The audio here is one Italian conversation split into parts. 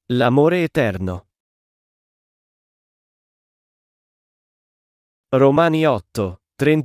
L'amore eterno. Romani 8,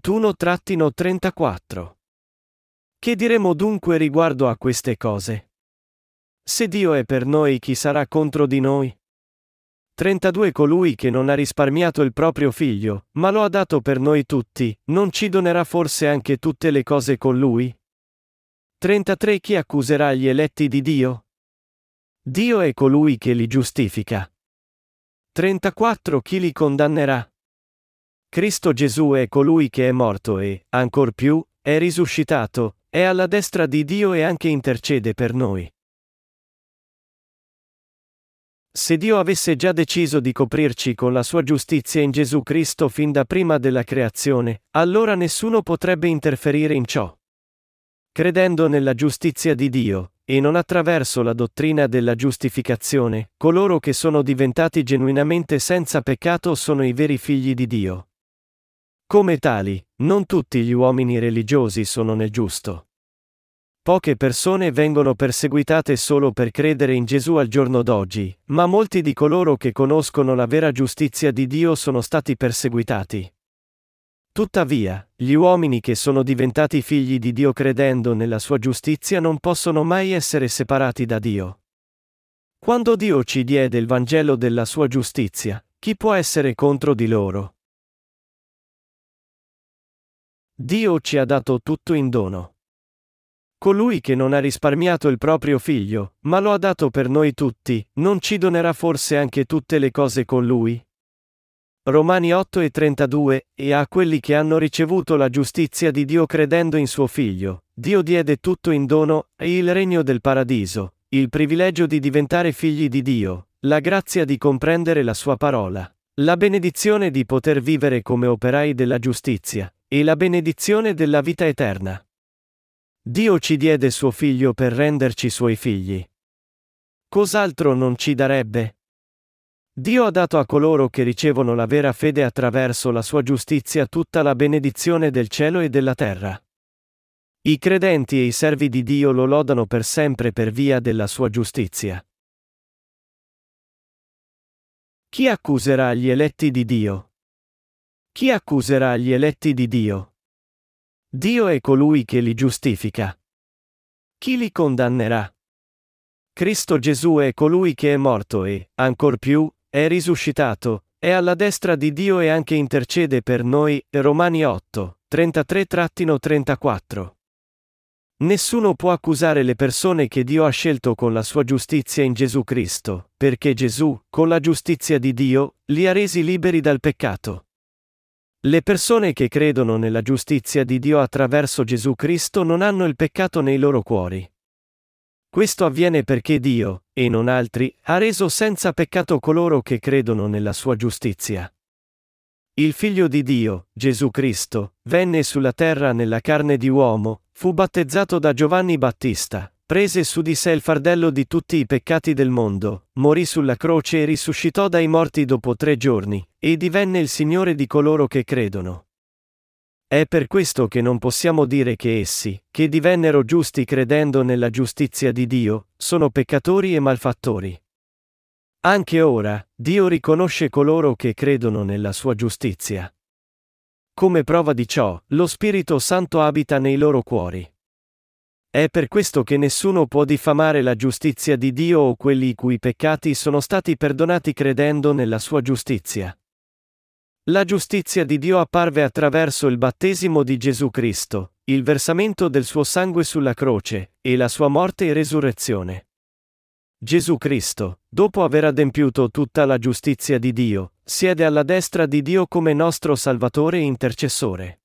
31-34. Che diremo dunque riguardo a queste cose? Se Dio è per noi, chi sarà contro di noi? 32 Colui che non ha risparmiato il proprio figlio, ma lo ha dato per noi tutti, non ci donerà forse anche tutte le cose con lui? 33 Chi accuserà gli eletti di Dio? Dio è colui che li giustifica. 34 Chi li condannerà? Cristo Gesù è colui che è morto e, ancor più, è risuscitato, è alla destra di Dio e anche intercede per noi. Se Dio avesse già deciso di coprirci con la sua giustizia in Gesù Cristo fin da prima della creazione, allora nessuno potrebbe interferire in ciò. Credendo nella giustizia di Dio, e non attraverso la dottrina della giustificazione, coloro che sono diventati genuinamente senza peccato sono i veri figli di Dio. Come tali, non tutti gli uomini religiosi sono nel giusto. Poche persone vengono perseguitate solo per credere in Gesù al giorno d'oggi, ma molti di coloro che conoscono la vera giustizia di Dio sono stati perseguitati. Tuttavia, gli uomini che sono diventati figli di Dio credendo nella sua giustizia non possono mai essere separati da Dio. Quando Dio ci diede il Vangelo della sua giustizia, chi può essere contro di loro? Dio ci ha dato tutto in dono. Colui che non ha risparmiato il proprio figlio, ma lo ha dato per noi tutti, non ci donerà forse anche tutte le cose con lui? Romani 8:32, e a quelli che hanno ricevuto la giustizia di Dio credendo in suo figlio, Dio diede tutto in dono, il regno del paradiso, il privilegio di diventare figli di Dio, la grazia di comprendere la sua parola, la benedizione di poter vivere come operai della giustizia, e la benedizione della vita eterna. Dio ci diede suo figlio per renderci suoi figli. Cos'altro non ci darebbe? Dio ha dato a coloro che ricevono la vera fede attraverso la sua giustizia tutta la benedizione del cielo e della terra. I credenti e i servi di Dio lo lodano per sempre per via della sua giustizia. Chi accuserà gli eletti di Dio? Chi accuserà gli eletti di Dio? Dio è colui che li giustifica. Chi li condannerà? Cristo Gesù è colui che è morto e, ancor più, è risuscitato, è alla destra di Dio e anche intercede per noi. Romani 8, 33-34. Nessuno può accusare le persone che Dio ha scelto con la sua giustizia in Gesù Cristo, perché Gesù, con la giustizia di Dio, li ha resi liberi dal peccato. Le persone che credono nella giustizia di Dio attraverso Gesù Cristo non hanno il peccato nei loro cuori. Questo avviene perché Dio, e non altri, ha reso senza peccato coloro che credono nella sua giustizia. Il Figlio di Dio, Gesù Cristo, venne sulla terra nella carne di uomo, fu battezzato da Giovanni Battista, prese su di sé il fardello di tutti i peccati del mondo, morì sulla croce e risuscitò dai morti dopo 3 giorni, e divenne il Signore di coloro che credono. È per questo che non possiamo dire che essi, che divennero giusti credendo nella giustizia di Dio, sono peccatori e malfattori. Anche ora, Dio riconosce coloro che credono nella sua giustizia. Come prova di ciò, lo Spirito Santo abita nei loro cuori. È per questo che nessuno può diffamare la giustizia di Dio o quelli i cui peccati sono stati perdonati credendo nella sua giustizia. La giustizia di Dio apparve attraverso il battesimo di Gesù Cristo, il versamento del suo sangue sulla croce, e la sua morte e resurrezione. Gesù Cristo, dopo aver adempiuto tutta la giustizia di Dio, siede alla destra di Dio come nostro Salvatore e intercessore.